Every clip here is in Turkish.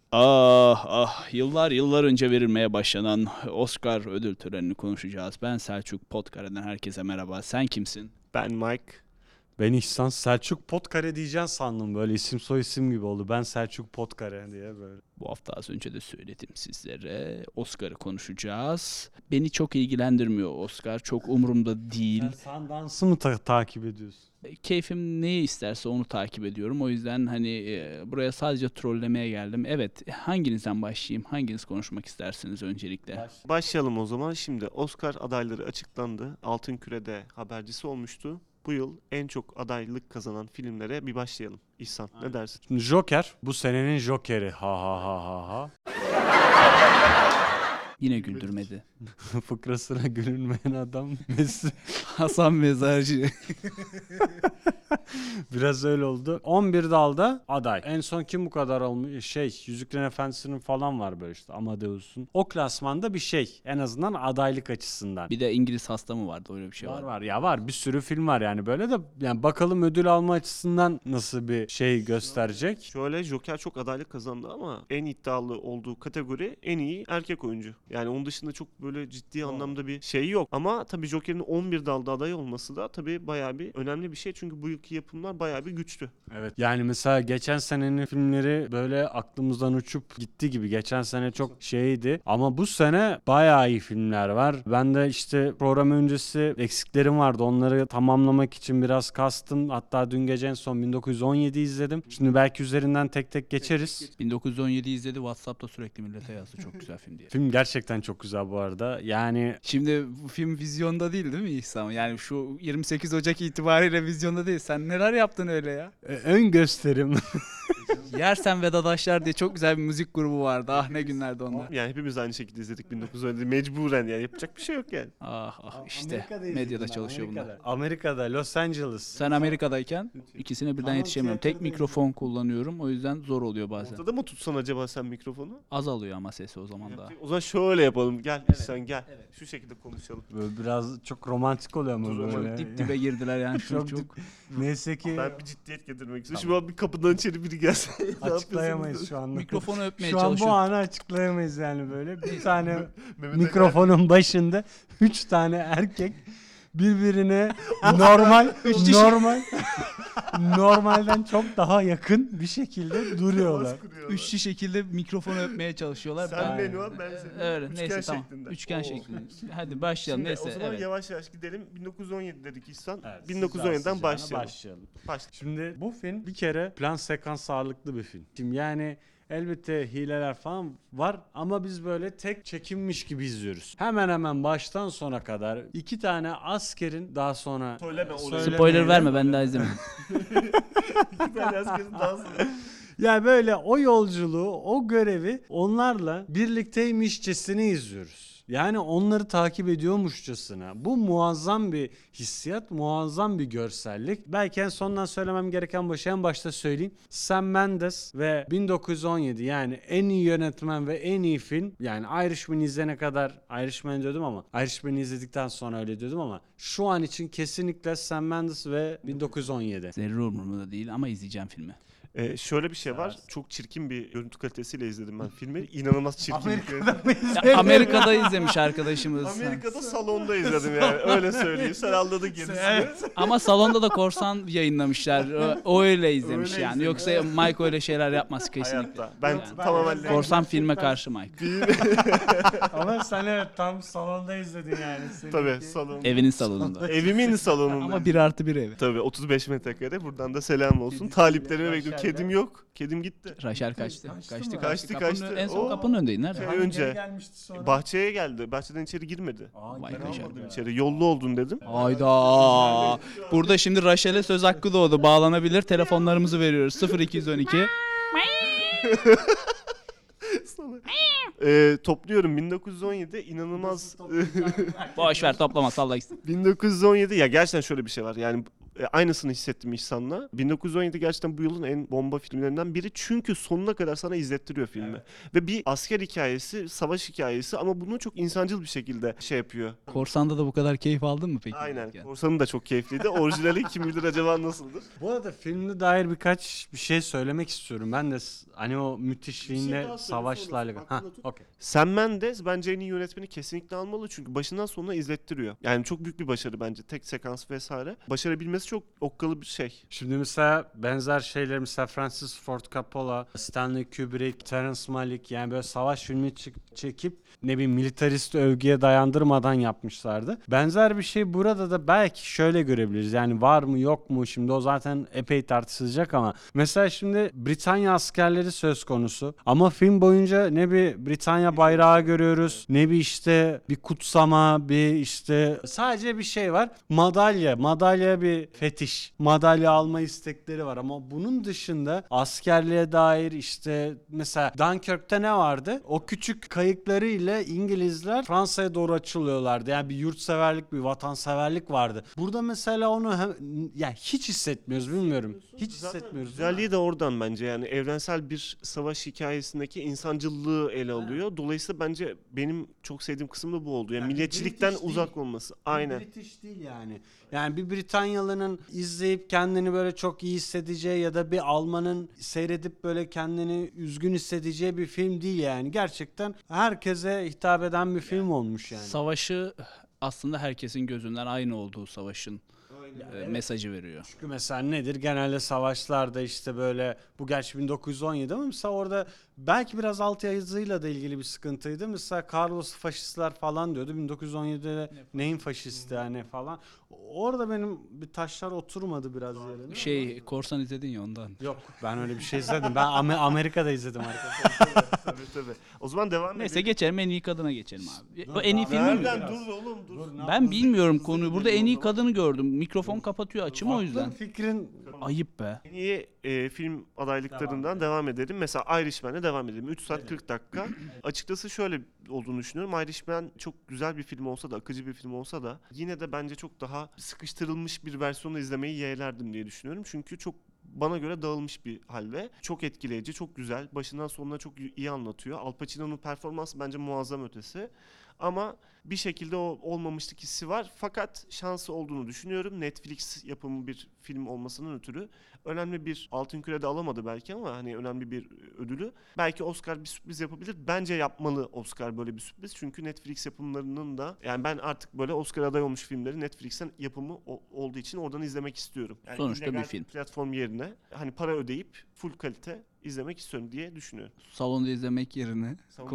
Ah ah, yıllar yıllar önce verilmeye başlanan Oscar ödül törenini konuşacağız. Ben Selçuk, Podkare'den herkese merhaba. Sen kimsin? Ben Mike. Ben İhsan Selçuk Potkare diyeceksin sandım, böyle isim soy isim gibi oldu. Ben Selçuk Potkare diye böyle. Bu hafta az önce de söyledim sizlere. Oscar'ı konuşacağız. Beni çok ilgilendirmiyor Oscar. Çok umurumda değil. Sen Sundance'ı mı takip ediyorsun? Keyfim neyi isterse onu takip ediyorum. O yüzden buraya sadece trollemeye geldim. Evet, hanginizden başlayayım? Hanginiz konuşmak istersiniz öncelikle? Başlayalım o zaman. Şimdi Oscar adayları açıklandı. Altın Küre'de habercisi olmuştu. Bu yıl en çok adaylık kazanan filmlere bir başlayalım. İhsan, ne dersin? Şimdi Joker bu senenin Joker'i. Ha ha ha ha ha. Yine güldürmedi. Fıkrasına gülünmeyen adam Messi. Hasan Mezarcı. Biraz öyle oldu. 11 dalda aday. En son kim bu kadar olmuş? Yüzüklerin Efendisi'nin falan var böyle işte, Amadeus'un. O klasmanda bir şey. En azından adaylık açısından. Bir de İngiliz hasta mı vardı, öyle bir şey Var var. var ya, var bir sürü film var yani, böyle de yani bakalım ödül alma açısından nasıl bir şey gösterecek. Şöyle, Joker çok adaylık kazandı ama en iddialı olduğu kategori en iyi erkek oyuncu. Yani onun dışında çok böyle ciddi anlamda bir şey yok. Ama tabii Joker'in 11 dalda aday olması da tabii bayağı bir önemli bir şey. Çünkü bu yılki yapımlar bayağı bir güçlü. Evet. Yani mesela geçen senenin filmleri böyle aklımızdan uçup gitti gibi. Geçen sene çok şeydi ama bu sene bayağı iyi filmler var. Ben de işte program öncesi eksiklerim vardı. Onları tamamlamak için biraz kastım. Hatta dün gece en son 1917 izledim. Şimdi belki üzerinden tek tek geçeriz. 1917 izledi, WhatsApp'ta sürekli millete yazdı çok güzel film diye. Film gerçekten çok güzel bu arada. Yani Şimdi bu film vizyonda değil mi İhsan? Yani şu 28 Ocak itibariyle vizyonda değil. Sen neler yaptın öyle ya? ön gösterim. Yersen ve Dadaşlar diye çok güzel bir müzik grubu vardı. Ah ne günlerdi onlar. Yani hepimiz aynı şekilde izledik 1917. Mecburen yani, yapacak bir şey yok yani. Ah ah işte medyada çalışıyor bunlar. Amerika'da, Los Angeles. Sen Amerika'dayken ikisine birden Ama yetişemiyorum. Tek tiyatroda mikrofon kullanıyorum. O yüzden zor oluyor bazen. Ortada mı tutsan acaba sen mikrofonu? Az alıyor ama sesi o zaman da. O zaman şöyle yapalım. Gel sen gel. Şu şekilde konuşalım. Böyle biraz çok romantik oluyor ama Dur, böyle. Çok dip dibe girdiler yani. Çok Çok Neyse ki Ben bir ciddiyet getirmek istiyorum. Şimdi bir kapıdan içeri biri gelse. ne açıklayamayız yapıyorsunuz? şu anda. mikrofonu öpmeye Şu an bu çalışıyorum. anı açıklayamayız yani böyle. Bir tane Mehmet mikrofonun başında 3 tane erkek birbirine normal normalden çok daha yakın bir şekilde duruyorlar. Üçlü şekilde mikrofonu öpmeye çalışıyorlar. Sen Ben- beni öp, ben seni. Evet, Üçgen neyse tamam. şeklinde. Üçgen Oo. şeklinde. Hadi başlayalım. Şimdi Neyse o zaman evet. yavaş yavaş gidelim. 1917 dedik İhsan. Evet, 1917'den başlayalım. başlayalım. Baş. Şimdi bu film bir kere plan sekans ağırlıklı bir film. Şimdi yani elbette hileler falan var ama biz böyle tek çekinmiş gibi izliyoruz. Hemen hemen baştan sona kadar 2 tane askerin daha sonra Söyleme olayı. Söylemeyelim. Spoiler verme, ben daha izlemedim. İki tane askerin dansı. ya böyle o yolculuğu, o görevi onlarla birlikteymişçesine izliyoruz. Yani onları takip ediyormuşçasına. Bu muazzam bir hissiyat, muazzam bir görsellik. Belki en sondan söylemem gereken başı en başta söyleyeyim. Sam Mendes ve 1917, yani en iyi yönetmen ve en iyi film. Yani Irishman'ı izleyene kadar Irishman diyordum ama Irishman'ı izledikten sonra öyle diyordum ama şu an için kesinlikle Sam Mendes ve 1917. Zerre umurumda değil ama izleyeceğim filmi. Şöyle bir şey var. Çok çirkin bir görüntü kalitesiyle izledim ben filmi. İnanılmaz çirkin bir görüntü. Ya, Amerika'da izlemiş arkadaşımız. Amerika'da salonda izledim yani. Öyle söyleyeyim. Sen anladın gerisini. Ama salonda da korsan yayınlamışlar. O öyle izlemiş Öyle yani. izlemiş. Yoksa Mike öyle şeyler yapmaz kesinlikle. Hayatta. Ben Yani. tamamen Korsan filme karşı Mike. Ama sen evet tam salonda izledin yani. Tabii salon. Evinin salonunda. Evimin salonunda. Ama 1+1 evi. Tabii 35 metrekare. Buradan da selam olsun. Taliplerime bekliyorum. Kedim yok. Kedim gitti. Raşel kaçtı. mı? Kaçtı. En son Oo. kapının önündeydi. Nerede? Şey önce. gelmişti sonra. Bahçeye geldi. Bahçeden içeri girmedi. Vay Ben kaşar. almadım içeri. Yollu oldun dedim. Hayda. Burada şimdi Raşel'e söz hakkı doğdu. Bağlanabilir. Telefonlarımızı veriyoruz. 0212. Topluyorum 1917 inanılmaz Boş ver, toplama, salla gitsin. 1917 ya gerçekten şöyle bir şey var yani aynısını hissettim İhsan'la. 1917 gerçekten bu yılın en bomba filmlerinden biri. Çünkü sonuna kadar sana izlettiriyor filmi. Evet. Ve bir asker hikayesi, savaş hikayesi ama bunu çok insancıl bir şekilde şey yapıyor. Korsan'da da bu kadar keyif aldın mı peki? Aynen. izlerken? Korsan'ın da çok keyifliydi. Orijinali kim bilir acaba nasıldır? Bu arada filmle dair birkaç bir şey söylemek istiyorum. Ben de hani o müthişliğinle daha söyle, savaşlarla. sonrası. Ha, Aklında tut. okey. Sam Mendes bence en iyi yönetmeni kesinlikle almalı. Çünkü başından sonuna izlettiriyor. Yani çok büyük bir başarı bence. Tek sekans vesaire. Başarabilmesi çok okkalı bir şey. Şimdi mesela benzer şeyler mesela Francis Ford Coppola, Stanley Kubrick, Terrence Malick yani böyle savaş filmi çekip ne bileyim militarist övgüye dayandırmadan yapmışlardı. Benzer bir şey burada da belki şöyle görebiliriz. Yani var mı yok mu şimdi o zaten epey tartışılacak ama mesela şimdi Britanya askerleri söz konusu ama film boyunca ne bir Britanya bayrağı görüyoruz ne bir işte bir kutsama bir işte sadece bir şey var. Madalya bir fetiş. Madalya alma istekleri var ama bunun dışında askerliğe dair işte mesela Dunkirk'te ne vardı? O küçük kayıkları ile İngilizler Fransa'ya doğru açılıyorlardı. Yani bir yurtseverlik, bir vatanseverlik vardı. Burada mesela onu yani hiç hissetmiyoruz bilmiyorum. Hiç Zaten hissetmiyoruz. güzelliği de oradan bence. Yani evrensel bir savaş hikayesindeki insancıllığı ele alıyor. Dolayısıyla bence benim çok sevdiğim kısım da bu oldu. Yani milliyetçilikten British uzak değil. olması. Aynen. British değil yani. Yani bir Britanyalı'nın izleyip kendini böyle çok iyi hissedeceği ya da bir Alman'ın seyredip böyle kendini üzgün hissedeceği bir film değil yani. Gerçekten herkese hitap eden bir film olmuş yani. Savaşı aslında herkesin gözünden aynı olduğu savaşın mesajı veriyor. Çünkü mesela nedir? Genelde savaşlarda işte böyle bu gerçi 1917 ama mesela orada belki biraz altyazıyla da ilgili bir sıkıntıydı. Mesela Carlos faşistler falan diyordu. 1917'de neyin faşisti yani falan. Orada benim bir taşlar oturmadı biraz yerine. Korsan izledin ya ondan. Yok ben öyle bir şey izledim. Ben Amerika'da izledim arkadaşlar. Tabii. O zaman devam edelim. Neyse geçelim en iyi kadına geçelim abi. O en iyi filmi mi? Nereden? Dur oğlum dur. Ben bilmiyorum konuyu. Burada en iyi kadını gördüm. Mikrofon kapatıyor açım o yüzden. Fikrin Ayıp be. En iyi film adaylıklarından devam edelim. Mesela Irishman'e devam edelim. 3 saat 40 dakika. Açıkçası şöyle olduğunu düşünüyorum. Irishman çok güzel bir film olsa da, akıcı bir film olsa da yine de bence çok daha sıkıştırılmış bir versiyonu izlemeyi yeğlerdim diye düşünüyorum. Çünkü çok bana göre dağılmış bir halde. Çok etkileyici, çok güzel. Başından sonuna çok iyi anlatıyor. Al Pacino'nun performansı bence muazzam ötesi. Ama bir şekilde o olmamışlık hissi var. Fakat şansı olduğunu düşünüyorum. Netflix yapımı bir film olmasının ötürü. Önemli bir Altın Küre'de alamadı belki ama hani önemli bir ödülü. Belki Oscar bir sürpriz yapabilir. Bence yapmalı Oscar böyle bir sürpriz. Çünkü Netflix yapımlarının da yani ben artık böyle Oscar aday olmuş filmleri Netflix'ten yapımı olduğu için oradan izlemek istiyorum. Yani Sonuçta bir illegal film. platform yerine hani para ödeyip full kalite izlemek istiyorum diye düşünüyorum. Salonda izlemek yerine.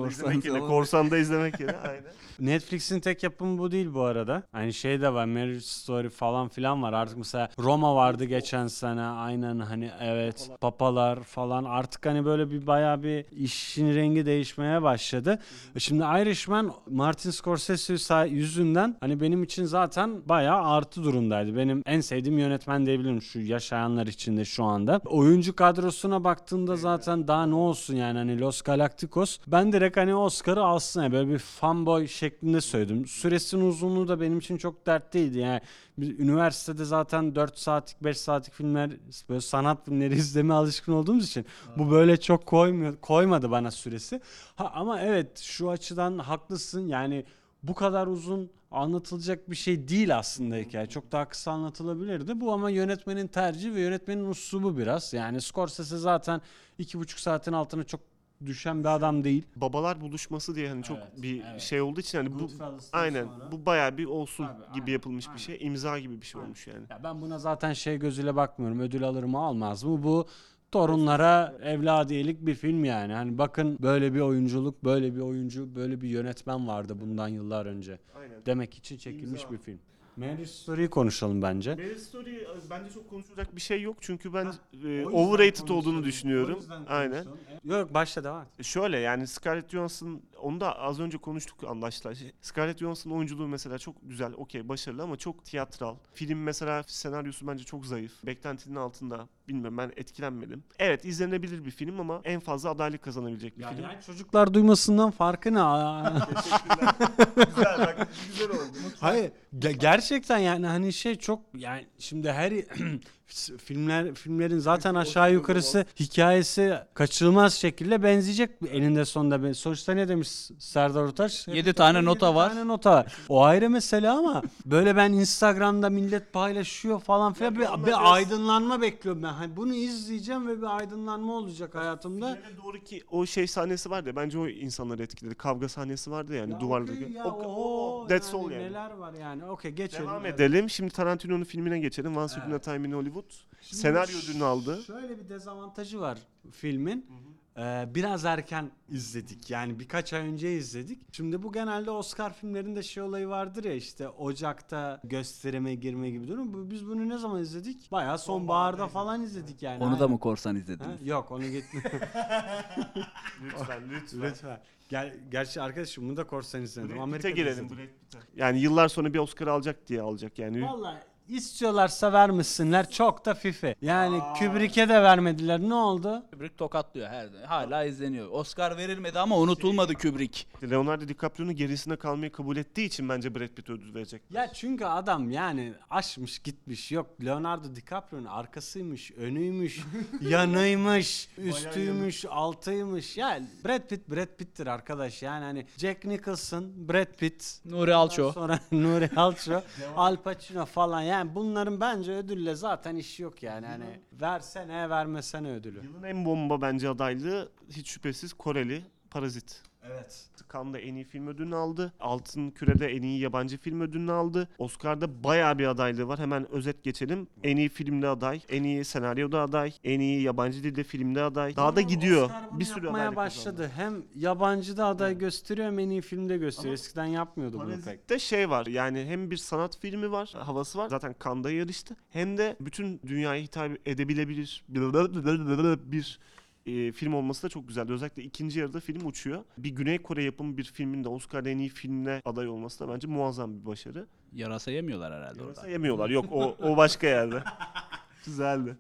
Korsan'da izlemek yerine aynen. Netflix'in tek yapımı bu değil bu arada. Hani şey de var, Marriage Story falan filan var. Artık mesela Roma vardı geçen sene. Aynen hani evet. Papalar falan. Artık hani böyle bir bayağı bir işin rengi değişmeye başladı. Şimdi Irishman Martin Scorsese yüzünden hani benim için zaten bayağı artı durumdaydı. Benim en sevdiğim yönetmen diyebilirim şu yaşayanlar içinde şu anda. Oyuncu kadrosuna baktığımda zaten daha ne olsun yani hani Los Galacticos. Ben direkt hani Oscar'ı alsın yani böyle bir fanboy şeklinde söyledim. Süresinin uzunluğu da benim için çok dert değildi. Yani üniversitede zaten 4 saatlik 5 saatlik filmler böyle sanat filmleri izleme alışkın olduğumuz için bu böyle çok koymadı bana süresi. Ama evet şu açıdan haklısın yani bu kadar uzun anlatılacak bir şey değil aslında hikaye. Çok daha kısa anlatılabilirdi. Bu ama yönetmenin tercihi ve yönetmenin uslubu biraz. Yani Scorsese zaten 2,5 saatin altına çok düşen bir adam değil. Babalar buluşması diye hani çok şey olduğu için hani bu aynen sonra. bu bayağı bir olsun Tabii, gibi yapılmış bir şey. İmza gibi bir şey olmuş yani. Ya ben buna zaten şey gözüyle bakmıyorum. Ödül alır mı almaz mı? Bu torunlara evladiyelik bir film yani. Hani bakın böyle bir oyunculuk, böyle bir oyuncu, böyle bir yönetmen vardı bundan yıllar önce. Aynen. Demek için çekilmiş bir film. Marriage Story'yi konuşalım bence. Marriage Story bence çok konuşulacak bir şey yok çünkü ben overrated olduğunu düşünüyorum. Aynen. Yok başla devam et. Şöyle yani Scarlett Johansson onu da az önce konuştuk anlaştılar. Scarlett Johansson oyunculuğu mesela çok güzel, okey, başarılı ama çok tiyatral. Film mesela senaryosu bence çok zayıf. Beklentinin altında. Bilmiyorum ben etkilenmedim. Evet izlenebilir bir film ama en fazla adaylık kazanabilecek bir film. Yani çocuklar duymasından farkı ne? Teşekkürler. Güzel bak güzel oldu. Hayır Gerçekten yani hani şey çok yani şimdi her filmlerin zaten aşağı yukarısı hikayesi kaçınılmaz şekilde benzeyecek eninde sonunda. Sonuçta ne demiş Serdar Ortaç? 7 tane nota var. 7 tane nota var. O ayrı mesele ama böyle ben Instagram'da millet paylaşıyor falan filan bir aydınlanma bekliyorum ben. Hani bunu izleyeceğim ve bir aydınlanma olacak hayatımda. Finale doğru ki o şey sahnesi vardı ya, bence o insanları etkiledi. Kavga sahnesi vardı yani duvarları. That's yani all yani. Neler var yani. Okey geçelim. Devam edelim. Şimdi Tarantino'nun filmine geçelim. Once Upon a Time in Hollywood. Şimdi Senaryo ödülünü aldı. Şöyle bir dezavantajı var filmin. Biraz erken izledik. Yani birkaç ay önce izledik. Şimdi bu genelde Oscar filmlerinde şey olayı vardır ya, işte Ocak'ta gösterime girme gibi durum. Biz bunu ne zaman izledik? Bayağı sonbaharda falan izledik yani. Onu da mı korsan izlediniz? Ha? Yok onu gitme. Lütfen. Gerçi arkadaşım bunu da korsan izledim. Brad Pitt'e Amerika'da girelim. izledim. Brad Pitt'e. Yani yıllar sonra bir Oscar alacak diye alacak yani. Vallahi istiyorlarsa vermişsinler. Çok da fifi. Yani Kubrick'e de vermediler. Ne oldu? Kubrick tokatlıyor hala izleniyor. Oscar verilmedi ama unutulmadı Kubrick. Leonardo DiCaprio'nun gerisinde kalmayı kabul ettiği için bence Brad Pitt ödül verecek. Ya çünkü adam yani aşmış gitmiş. Yok Leonardo DiCaprio'nun arkasıymış, önüymüş, yanıymış, üstüymüş, altıymış. Ya Brad Pitt'tir arkadaş. Yani hani Jack Nicholson, Brad Pitt, Nuri Alço. sonra Nuri Alço, Al Pacino falan. Yani bunların bence ödülle zaten işi yok yani. Hani versene vermesene ödülü. Yılın en bomba bence adaylığı hiç şüphesiz Koreli Parazit. Evet. Cannes'da en iyi film ödülünü aldı. Altın Küre'de en iyi yabancı film ödülünü aldı. Oscar'da bayağı bir adaylığı var. Hemen özet geçelim. En iyi filmde aday, en iyi senaryoda aday, en iyi yabancı dilde filmde aday. Daha da gidiyor. Oscar bunu Bir sürü yapmaya adaylık başladı. kazandı. Hem yabancıda aday gösteriyor hem en iyi filmde gösteriyor. Eskiden yapmıyordu bunu pek. Parazit'te şey var, yani hem bir sanat filmi var, havası var. Zaten Cannes'da yarıştı. Hem de bütün dünyaya hitap edebilebilir bir film olması da çok güzeldi. Özellikle ikinci yarıda film uçuyor. Bir Güney Kore yapımı bir filmin de Oscar'da en iyi filmine aday olması da bence muazzam bir başarı. Yarasa yemiyorlar herhalde orada. Yarasa yemiyorlar. Yok, o başka yerde. Güzeldi.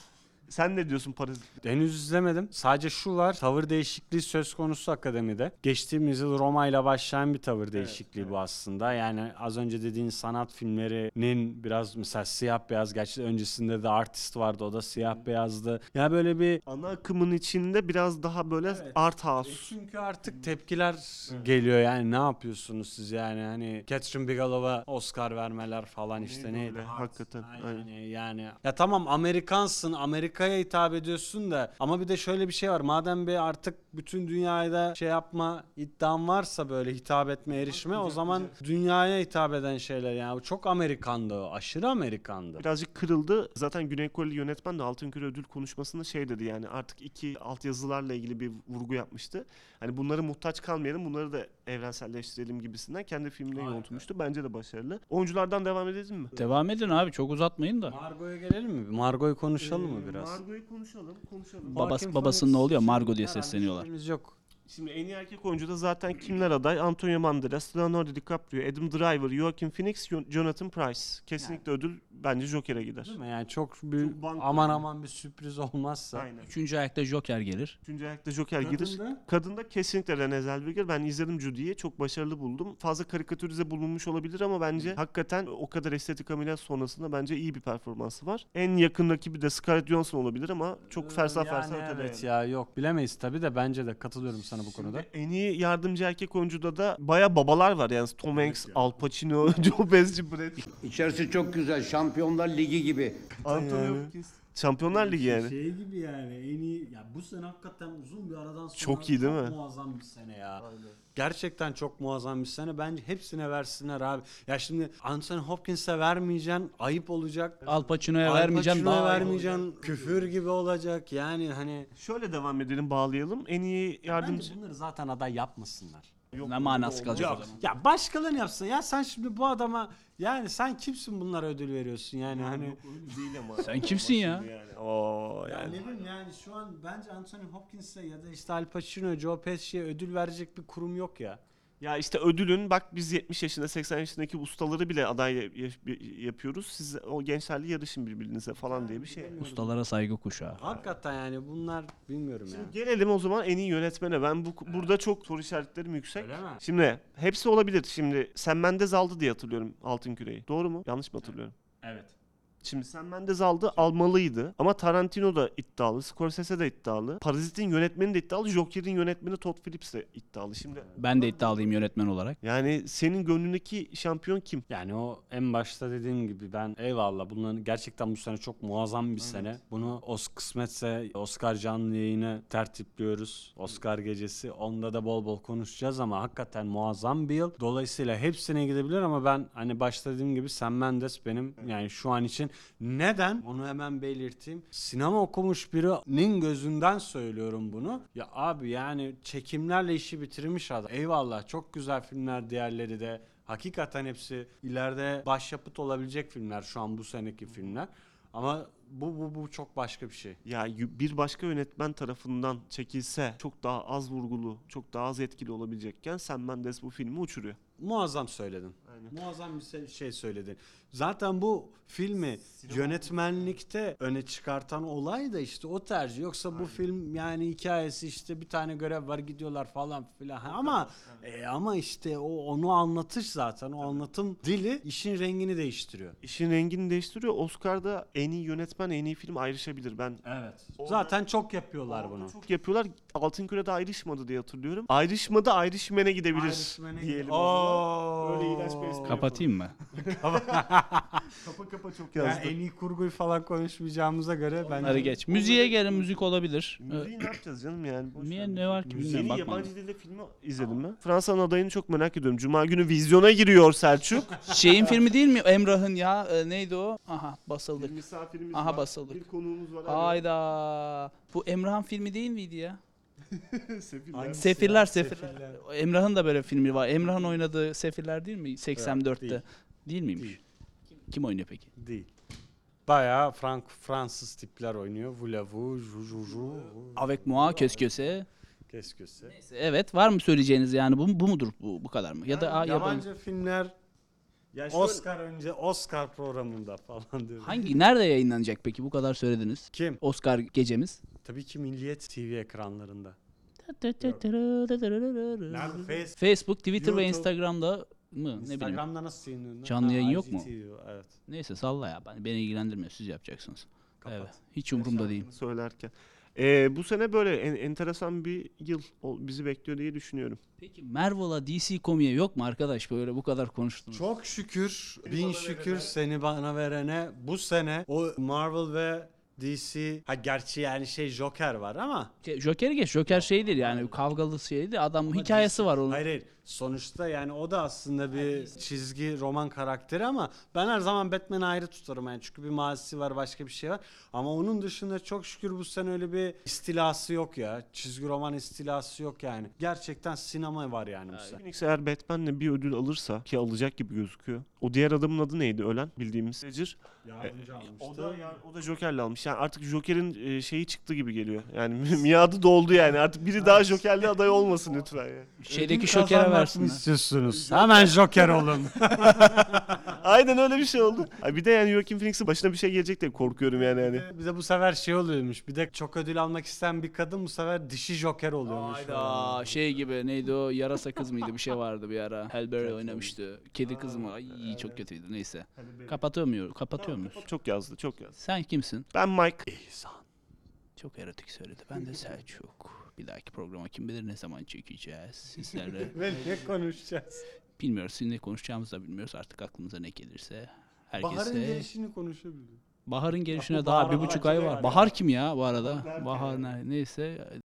Sen ne diyorsun Parazit? Henüz izlemedim. Sadece şu var. Tavır değişikliği söz konusu akademide. Geçtiğimiz yıl Roma ile başlayan bir tavır değişikliği bu aslında. Yani az önce dediğin sanat filmlerinin biraz mesela siyah beyaz. Gerçi öncesinde de Artist vardı. O da siyah beyazdı. Yani böyle bir Ana akımın içinde biraz daha böyle art house. çünkü artık tepkiler geliyor yani ne yapıyorsunuz siz yani hani Catherine Bigelow'a Oscar vermeler falan işte neydi? Öyle, hakikaten. Aynen. Yani ya tamam Amerikansın, Amerika'ya hitap ediyorsun da ama bir de şöyle bir şey var. Madem bir artık bütün dünyaya da şey yapma iddian varsa böyle hitap etme erişime o zaman dünyaya hitap eden şeyler yani bu çok Amerikandı o. Aşırı Amerikandı. Birazcık kırıldı. Zaten Güney Koreli yönetmen de Altın Küre ödül konuşmasında şey dedi, yani artık iki altyazılarla ilgili bir vurgu yapmıştı. Hani bunları muhtaç kalmayalım, bunları da evrenselleştirelim gibisinden kendi filmine yontmuştu. Bence de başarılı. Oyunculardan devam edelim mi? Devam edin abi, çok uzatmayın da. Margot'a gelelim mi? Margot'u konuşalım mı biraz? Margot'u konuşalım. Babasının oğlu ya, Margot diye sesleniyorlar. Yok. Şimdi en iyi erkek oyuncuda zaten kimler aday? Antonio Banderas, Leonardo DiCaprio, Adam Driver, Joaquin Phoenix, Jonathan Price. Kesinlikle ödül bence Joker'e gider. Değil mi? Yani çok bir Çok banko aman bir sürpriz olmazsa. Aynen. Üçüncü ayakta Joker gelir. Üçüncü ayakta Joker girer. Kadında? Kadında kesinlikle Renée Zellweger. Ben izledim Judy'yi. Çok başarılı buldum. Fazla karikatürize bulunmuş olabilir ama bence hakikaten o kadar estetik ameliyat sonrasında bence iyi bir performansı var. En yakın rakibi de Scarlett Johansson olabilir ama çok fersah Yani ötede. evet ya yok bilemeyiz tabii de bence de katılıyorum sana bu konuda. En iyi yardımcı erkek oyuncuda da baya babalar var. Yani Tom Hanks, Al Pacino, Joe Pesci, Brad Pitt. İçerisi çok güzel. Şampiyonlar Ligi gibi. Antonio Hopkins. Şampiyonlar Ligi yani. Şey gibi yani en iyi ya bu sene hakikaten uzun bir aradan sonra Çok iyi değil mi? muazzam bir sene ya. Gerçekten çok muazzam bir sene. Bence hepsine versinler abi. Ya şimdi Anthony Hopkins'e vermeyeceksin ayıp olacak. Al Pacino'ya Al vermeyeceğim, Pacino'ya daha iyi vermeyeceksin. Küfür gibi olacak. Yani hani Şöyle devam edelim, bağlayalım. En iyi yardımcı... bence bunları zaten aday yapmasınlar. Ne manası kalacak o zaman? Ya başkalarını yapsın. Ya sen şimdi bu adama yani sen kimsin bunlara ödül veriyorsun yani hani. Değil ama. Sen kimsin ya? Yani. Oo, Yani yani. ne bileyim yani şu an bence Anthony Hopkins'e ya da işte Al Pacino, Joe Pesci'ye ödül verecek bir kurum yok ya. Ya işte ödülün bak biz 70 yaşında 80 yaşındaki ustaları bile aday yapıyoruz. Siz o gençlerle yarışın birbirinize falan diye bir şey. Ustalara saygı kuşağı. Hakikaten yani bunlar bilmiyorum Şimdi yani. gelelim o zaman en iyi yönetmene. Ben burada çok soru işaretlerim yüksek. Öyle mi? Şimdi hepsi olabilir. Şimdi Sam Mendes aldı diye hatırlıyorum Altın Küre'yi. Doğru mu? Yanlış mı hatırlıyorum? Evet. Şimdi Sam Mendes aldı, almalıydı. Ama Tarantino da iddialı, Scorsese de iddialı. Parazit'in yönetmeni de iddialı, Joker'in yönetmeni Todd Phillips de iddialı. Şimdi Ben de iddialıyım yönetmen olarak. yani senin gönlündeki şampiyon kim? Yani o en başta dediğim gibi ben eyvallah bunların gerçekten bu sene çok muazzam bir sene. Bunu kısmetse Oscar canlı yayını tertipliyoruz. Oscar gecesi. Onda da bol bol konuşacağız ama hakikaten muazzam bir yıl. Dolayısıyla hepsine gidebilir ama ben hani başta dediğim gibi Sam Mendes benim yani şu an için neden? Onu hemen belirteyim. Sinema okumuş birinin gözünden söylüyorum bunu. Ya abi yani çekimlerle işi bitirmiş adam. Eyvallah çok güzel filmler diğerleri de. Hakikaten hepsi ileride başyapıt olabilecek filmler şu an bu seneki filmler. Ama bu çok başka bir şey. Ya bir başka yönetmen tarafından çekilse çok daha az vurgulu, çok daha az etkili olabilecekken Sam Mendes bu filmi uçuruyor. Muazzam söyledin. Aynen. Muazzam bir şey söyledin. Zaten bu filmi yönetmenlikte öne çıkartan olay da işte o tercih. Yoksa bu film yani hikayesi işte bir tane görev var gidiyorlar falan filan. Ama işte onu anlatış zaten o anlatım dili işin rengini değiştiriyor. İşin rengini değiştiriyor. Oscar'da en iyi yönetmen, en iyi film ayrışabilir. Evet. Zaten çok yapıyorlar bunu. Çok yapıyorlar. Altın Küre'de ayrışmadı diye hatırlıyorum. Ayrışmadı, Irishman'e gidebilir Irishman'e diyelim. Oo. Öyle iğrenç bir espri Kapatayım mı? Kapa çok Yani yazdı. en iyi kurguyu falan konuşmayacağımıza göre ben Bunları geç. Müziğe gelin, müzik olabilir. Müziği ne yapacağız canım yani? Boş Niye ver. ne var ki bilmiyorum Yeni bakmadım. yabancı dilde filmi izledim mi? Fransa'nın adayını çok merak ediyorum. Cuma günü vizyona giriyor Selçuk. Şeyin filmi değil mi? Emrah'ın ya neydi o? Aha Bir basıldık. misafirimiz Aha var. basıldık. Bir konuğumuz var. Hayda. Bu Emrah'ın filmi değil miydi ya? Sefiller. Sefirler. Sefirler. Emrah'ın da böyle filmi var. Emrah'ın oynadığı Sefirler değil mi? 84'te. Değil. Değil miymiş? Değil. Kim oynuyor peki? Değil. Bayağı Fransız tipler oynuyor. Voulez-vous, jou. Avec moi, köse. Kesküse. Evet, var mı söyleyeceğiniz yani bu mudur bu kadar mı? Ya da yabancı. Yabancı filmler Ya şöyle- Oscar programında falan diyorum. Nerede yayınlanacak peki? Bu kadar söylediniz. Kim? Oscar gecemiz. Tabii ki Milliyet TV ekranlarında. Nerede? Facebook, Twitter YouTube. ve Instagram'da mı? Ne bileyim. Instagram'da nasıl yayınlanıyor? Canlı yayın yok mu? IGTV, evet. Neyse salla ya. Beni ilgilendirmiyor. Siz yapacaksınız. Kapat. Evet. Hiç umurumda değil. Söylerken. Bu sene böyle enteresan bir yıl bizi bekliyor diye düşünüyorum. Peki Marvel'a DC komiye yok mu arkadaş? Böyle bu kadar konuştunuz. Çok şükür, bin şükür seni bana verene bu sene o Marvel ve DC gerçi yani Joker var ama Joker'i geç. Joker şey değil yani kavgalı şey değil. Adam hikayesi var onun. hayır sonuçta yani o da aslında bir çizgi roman karakteri ama ben her zaman Batman'i ayrı tutarım yani çünkü bir mazisi var başka bir şey var ama onun dışında çok şükür bu sene öyle bir istilası yok ya çizgi roman istilası yok yani gerçekten sinema var yani bu sene. Phoenix eğer Batman'le bir ödül alırsa ki alacak gibi gözüküyor. O diğer adamın adı neydi ölen bildiğimiz Ledger. Yardımcı O da Joker'le almış. Yani artık Joker'in şeyi çıktı gibi geliyor. Yani miadı doldu yani. Artık biri daha Joker'li aday olmasın lütfen yani. Şeydeki Joker'e versinler. istiyorsunuz? Hemen Joker olun. Aynen öyle bir şey oldu. Ay bir de yani Joaquin Phoenix'in başına bir şey gelecek de korkuyorum yani. Bir de bu sefer oluyormuş. Bir de çok ödül almak isteyen bir kadın bu sefer dişi Joker oluyormuş. Hayda şey gibi neydi o yarasa kız mıydı bir şey vardı bir ara. Halle Berry oynamıştı. Kedi kız mı? Ay çok kötüydü neyse. Kapatıyor muyuz? Çok yazdı. Sen kimsin? Ben Mike. Çok erotik söyledi. Ben de Selçuk. Bir dahaki programa kim bilir ne zaman çekeceğiz sizlerle. Ve ne konuşacağız? Bilmiyoruz. Şimdi ne konuşacağımızı da bilmiyoruz. Artık aklımıza ne gelirse. Bahar'ın Herkese. gelişini konuşabiliriz. Bahar'ın gelişine Bu daha Bahar'a 1,5 var ay ya. var. Bahar kim ya bu arada? Bahar neyse.